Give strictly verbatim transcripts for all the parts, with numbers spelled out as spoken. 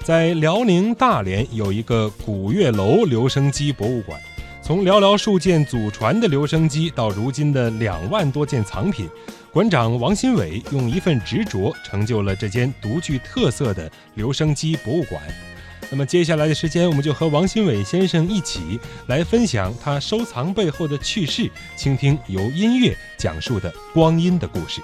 在辽宁大连有一个古月楼留声机博物馆，从寥寥数件祖传的留声机到如今的两万多件藏品，馆长王新伟用一份执着成就了这间独具特色的留声机博物馆。那么接下来的时间，我们就和王新伟先生一起来分享他收藏背后的趣事，倾听由音乐讲述的光阴的故事。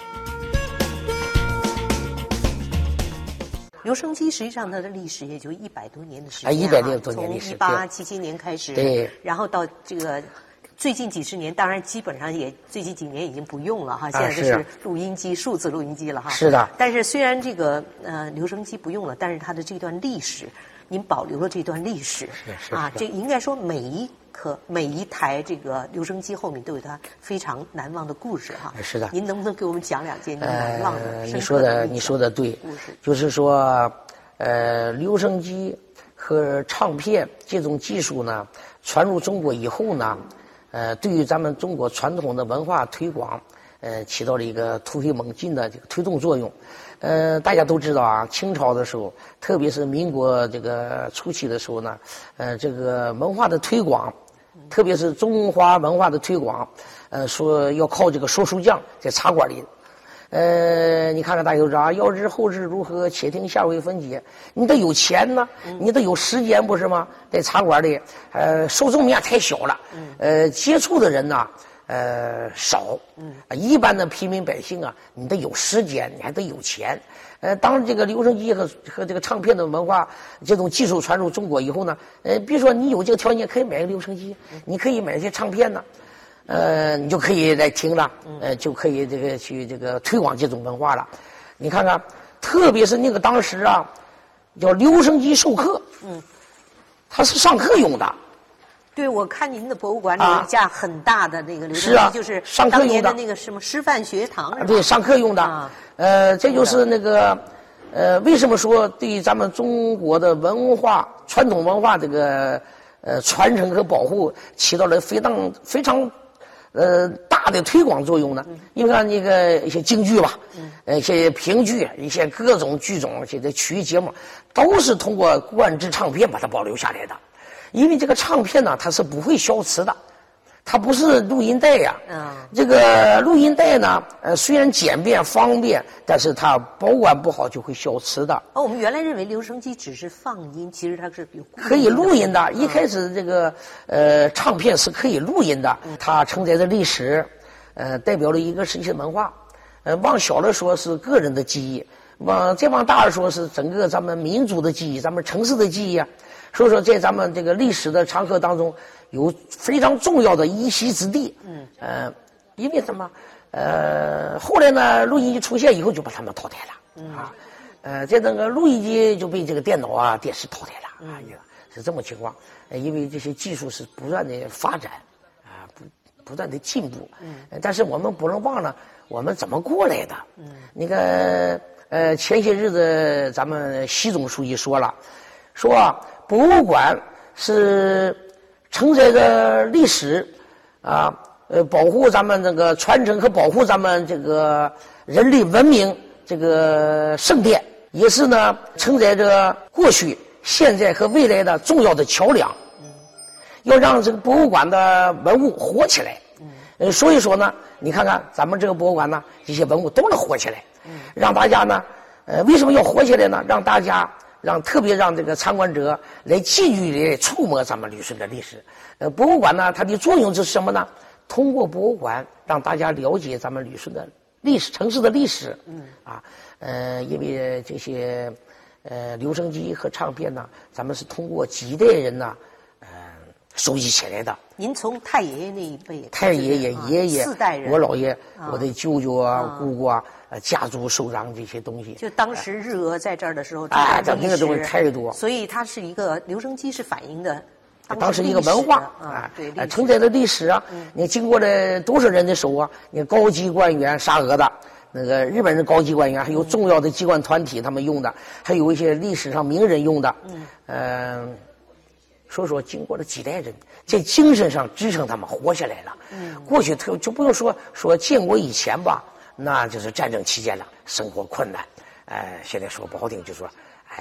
留声机实际上它的历史也就一百多年的时间、啊， 一百多年历史， 从一八七七年开始， 对， 然后到这个最近几十年，当然基本上也最近几年已经不用了哈，现在就是录音机、啊、数字录音机了哈。 是的。 但是虽然这个呃留声机不用了，但是它的这段历史，您保留了这段历史， 是是啊，这应该说每一颗每一台这个留声机后面都有它非常难忘的故事哈。 是的。 您能不能给我们讲两件您难忘的、 呃、 深刻的你说的你说的对， 故事就是说。呃，留声机和唱片这种技术呢，传入中国以后呢，呃，对于咱们中国传统的文化推广，呃，起到了一个突飞猛进的这个推动作用。呃，大家都知道啊，清朝的时候，特别是民国这个初期的时候呢，呃，这个文化的推广，特别是中华文化的推广，呃，说要靠这个说书匠在茶馆里。呃，你看看大家都知道啊，要知后事如何，且听下回分解。你得有钱呢，你得有时间，不是吗？在茶馆里，呃，受众面太小了，呃，接触的人呢，呃，少。嗯，一般的平民百姓啊，你得有时间，你还得有钱。呃，当这个留声机和和这个唱片的文化这种技术传入中国以后呢，呃，比如说你有这个条件，可以买个留声机，你可以买一些唱片呢。呃，你就可以来听了，呃，就可以这个去这个推广这种文化了。你看看，特别是那个当时啊，叫留声机授课，嗯，它是上课用的。 对，我看您的博物馆里有一架很大的那个留声机， 是啊、 就是上课用的当年的那个什么师范学堂是吧？ 对，上课用的。 啊、 呃，这就是那个，呃，为什么说对于咱们中国的文化、传统文化这个呃传承和保护起到了非常非常。呃，大的推广作用呢，你看那个一些京剧吧，呃，一些评剧，一些各种剧种，这些曲艺节目，都是通过灌制唱片把它保留下来的。因为这个唱片呢，它是不会消磁的，它不是录音带呀。嗯。这个录音带呢，呃，虽然简便方便，但是它保管不好就会消磁的。 哦，我们原来认为留声机只是放音，其实它是有可以录音的。一开始这个呃唱片是可以录音的，它承载着历史，呃，代表了一个是一些文化。呃，往小了说是个人的记忆，往再往大了说是整个咱们民族的记忆，咱们城市的记忆啊。所以说，在咱们这个历史的长河当中，有非常重要的一席之地。嗯。呃，因为什么？呃，后来呢，录音机出现以后，就把他们淘汰了。嗯。啊，呃，在那个录音机就被这个电脑啊、电视淘汰了。啊，嗯、是这么情况。呃，因为这些技术是不断的发展，啊，不不断的进步。嗯。但是我们不能忘了，我们怎么过来的？嗯。那个呃，前些日子咱们习总书记说了，说、啊。博物馆是承载着历史啊，呃，保护咱们这个传承和保护咱们这个人类文明这个圣殿，也是呢承载着过去、现在和未来的重要的桥梁。要让这个博物馆的文物活起来。呃，所以说呢，你看看咱们这个博物馆呢，这些文物都能活起来，让大家呢，呃，为什么要活起来呢？让大家。让特别让这个参观者来近距离触摸咱们旅顺的历史。呃，博物馆呢，它的作用是什么呢？通过博物馆让大家了解咱们旅顺的历史、城市的历史。嗯。啊，呃，因为这些呃留声机和唱片呢，咱们是通过几代人呢，呃，收集起来的。 您从太爷爷那一辈， 太爷爷、爷爷、 四代人， 我姥爷、啊、我的舅舅啊、姑姑啊。家族收藏这些东西， 就当时日俄在这儿的时候， 哎，这这个东西太多， 所以它是一个留声机，是反映的当时一个文化啊，对， 承载的历史啊。嗯、你经过了多少人的手啊？你高级官员沙俄的，那个日本人高级官员，还有重要的机关团体他们用的，还有一些历史上名人用的，嗯，呃，所以说经过了几代人，在精神上支撑他们活下来了。嗯，过去特就不用说说建国以前吧。那就是战争期间了，生活困难，呃，现在说不好听就说，哎，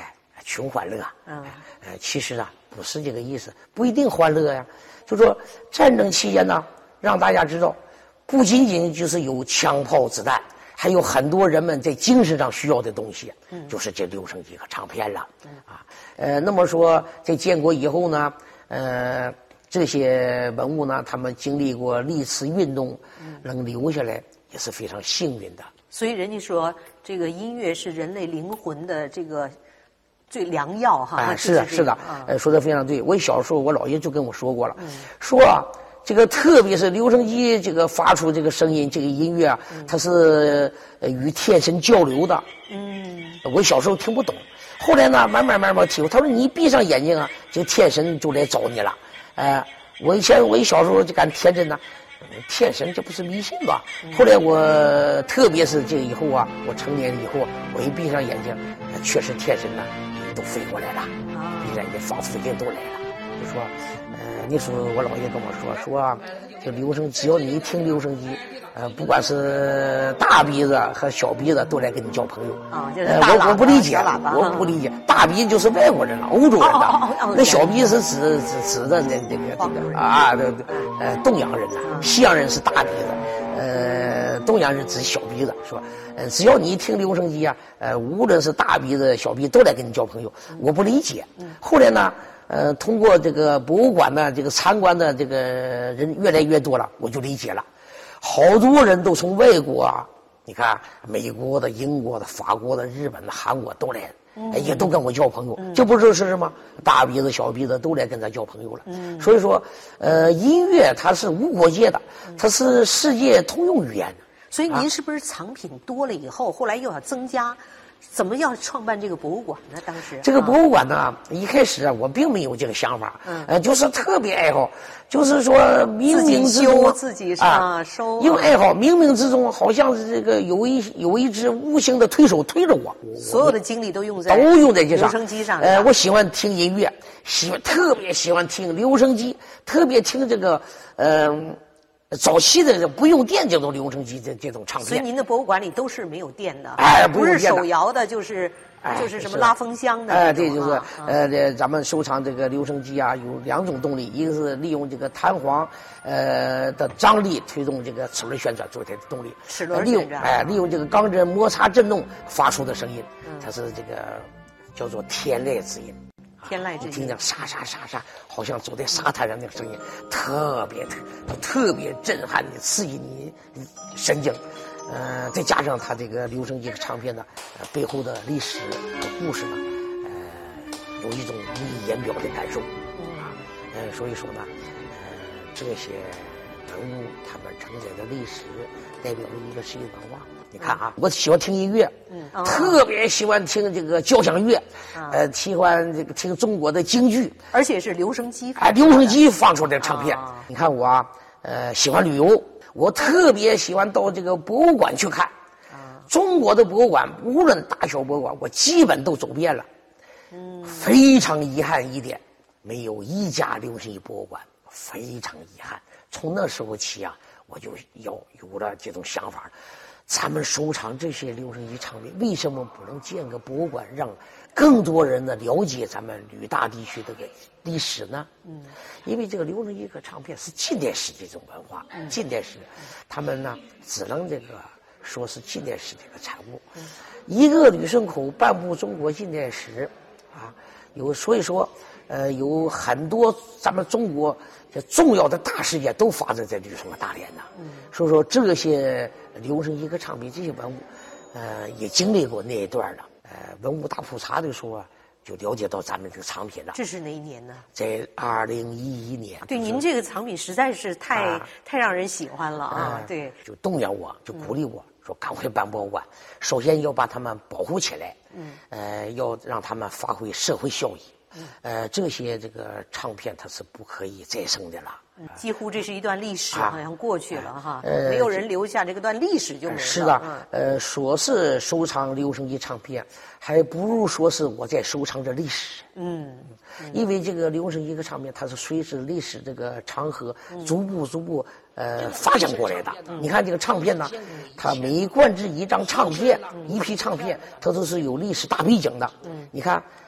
穷欢乐。 嗯， 呃，其实啊不是这个意思，不一定欢乐呀。就说战争期间呢，让大家知道，不仅仅就是有枪炮子弹，还有很多人们在精神上需要的东西，嗯，就是这留声机和唱片了。嗯啊，呃，那么说在建国以后呢，呃。这些文物呢，他们经历过历次运动，能留下来也是非常幸运的。 所以人家说，这个音乐是人类灵魂的这个最良药哈。 啊，是的，是的，呃，说的非常对。我小时候，我姥爷就跟我说过了，嗯、说啊，这个特别是留声机这个发出这个声音，这个音乐啊，嗯、它是呃与天神交流的。嗯，我小时候听不懂，后来呢，慢慢慢慢体会。他说你闭上眼睛啊，这个天神就来找你了。哎、呃，我以前我一小时候就感天真呢、啊，天神这不是迷信吧？后来我特别是这以后啊，我成年以后，我一闭上眼睛，确实天神呢都飞过来了，闭上眼睛仿佛已经都来了。就说，呃，那时候我姥爷跟我说说、啊，这留声，只要你一听留声机。呃，不管是大鼻子和小鼻子，都来跟你交朋友啊、哦，就是大喇叭、 呃、我我不理解， 我不理解，大鼻就是外国人了，欧洲人的，哦哦哦、那小鼻是指指指的那那个这个啊，对对，呃，东洋人呐，西洋人是大鼻子，呃，东洋人指小鼻子，是吧？呃，只要你一听留声机啊，呃，无论是大鼻子、小鼻子，都来跟你交朋友。我不理解，后来呢？呃，通过这个博物馆呢，这个参观的这个人越来越多了，我就理解了。好多人都从外国啊，你看美国的、英国的、法国的、日本的、韩国都来，嗯、也都跟我交朋友。嗯、这不就是什么大鼻子、小鼻子都来跟咱交朋友了。嗯、所以说，呃，音乐它是无国界的，它是世界通用语言的。 所以您是不是藏品多了以后，后来又要增加？怎么要创办这个博物馆呢？当时这个博物馆呢，啊、一开始啊，我并没有这个想法，嗯，呃，就是特别爱好，就是说冥冥之中自己啊收， 因为爱好，冥冥之中好像是这个有一有一只无形的推手推着我， 所有的精力都用在都用在这上， 留声机上。 呃，我喜欢听音乐，喜欢特别喜欢听留声机，特别听这个，嗯、呃。早期的不用电这种留声机这这种唱片， 所以您的博物馆里都是没有电的， 哎， 不是手摇的，就是哎就是什么拉风箱的， 哎，对，就是、啊、呃，咱们收藏这个留声机啊，有两种动力，一个是利用这个弹簧呃的张力推动这个齿轮旋转作为它的动力， 齿轮旋转，哎，利用这个钢针摩擦振动发出的声音，嗯、它是这个叫做天籁之音。 天籁之音， 听着沙沙沙沙，好像走在沙滩上那个声音，特别特特别震撼的，刺激你神经。呃，再加上它这个留声机和唱片呢，呃，背后的历史和故事呢，呃，有一种无以言表的感受啊。呃，所以说呢，呃，这些文物它们承载的历史，代表了一个世界文化。你看啊，我喜欢听音乐，嗯，哦、特别喜欢听这个交响乐，啊、呃，喜欢这个听中国的京剧， 而且是留声机， 哎，留声机放出来的唱片。啊、你看我啊，呃，喜欢旅游，我特别喜欢到这个博物馆去看。啊、中国的博物馆，无论大小博物馆，我基本都走遍了。嗯，非常遗憾一点，没有一家留声机博物馆，非常遗憾。从那时候起啊，我就要有了这种想法。咱们收藏这些留声机唱片，为什么不能建个博物馆，让更多人呢了解咱们旅大地区这个历史呢？嗯，因为这个留声机和唱片是近代史这种文化，嗯、近代史，他们呢只能这个说是近代史这个产物。嗯、一个旅顺口半部中国近代史，啊，有所以说，呃，有很多咱们中国这重要的大事件都发生在旅顺和大连呢。嗯，所以说这些留声机和唱片这些文物，呃，也经历过那一段了。呃，文物大普查的时候啊，就了解到咱们这个藏品了。 这是哪一年呢？ 在二零一一年。 对，您这个藏品实在是太、啊、太让人喜欢了啊！ 嗯、 对， 就动员我，就鼓励我、嗯、说赶快办博物馆。首先要把它们保护起来，嗯，呃，要让他们发挥社会效益。嗯、呃，这些这个唱片它是不可以再生的了。 嗯、几乎这是一段历史，好像过去了、啊、哈，呃、没有人留下这个段历史就没了。 是的，嗯、呃，说是收藏留声机唱片，还不如说是我在收藏着历史。嗯，嗯因为这个留声机和唱片，它是随着历史这个长河逐步逐步呃发展过来的。嗯、你看这个唱片呢，它每灌制一张唱片，嗯、一批唱片，它都是有历史大背景的。嗯，你看。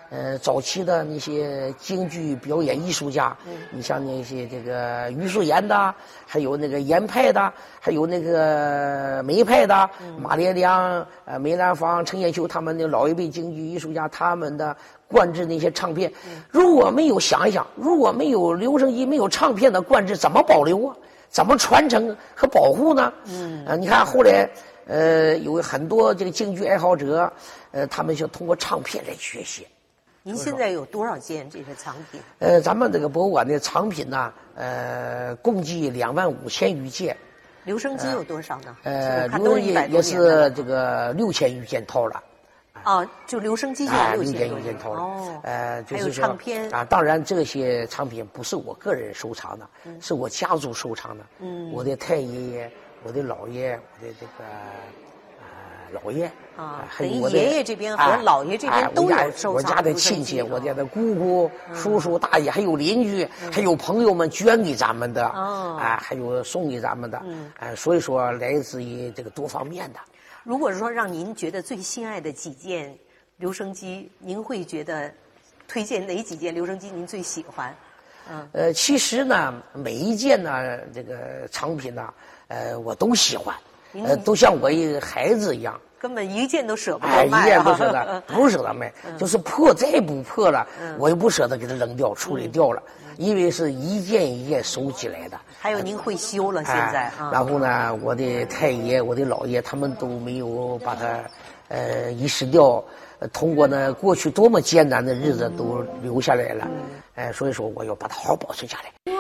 呃，早期的那些京剧表演艺术家，嗯、你像那些这个余素妍的，还有那个严派的，还有那个梅派的，嗯、马连良、呃梅兰芳、陈彦秋他们的老一辈京剧艺术家，他们的灌制那些唱片，嗯、如果没有想一想，如果没有留声机，没有唱片的灌制，怎么保留啊？怎么传承和保护呢？嗯，呃，你看后来，呃，有很多这个京剧爱好者，呃，他们就通过唱片来学习。 您现在有多少件这些藏品？ 呃，咱们这个博物馆的藏品呢，呃，共计两万五千余件。 留声机有多少呢？ 呃，留声机也是这个六千余件套了。 哦，就留声机就有六千余件套了。 哦， 呃，就是还有唱片啊。当然，这些藏品不是我个人收藏的，嗯、是我家族收藏的。嗯，我的太爷爷、我的姥爷、我的这个呃姥爷啊，还有我的爷爷这边和姥爷这边都有收藏。 我家的亲戚，我家的姑姑、叔叔、大爷，还有邻居，还有朋友们捐给咱们的，啊，还有送给咱们的，啊，所以说来自于这个多方面的。 如果说让您觉得最心爱的几件留声机，您会觉得推荐哪几件留声机您最喜欢？ 嗯，呃，其实呢，每一件呢，这个藏品呢，呃，我都喜欢，呃，都像我一个孩子一样。 根本一件都舍不得卖、啊， 哎，一件不舍得，不舍得卖，嗯、就是破再不破了，嗯、我也不舍得给它扔掉、处理掉了，嗯、因为是一件一件收起来的。 还有您会修了，现在、 哎、然后呢，我的太爷、我的姥爷他们都没有把它呃遗失掉，通过呢过去多么艰难的日子都留下来了，哎、嗯呃，所以说我要把它好好保存下来。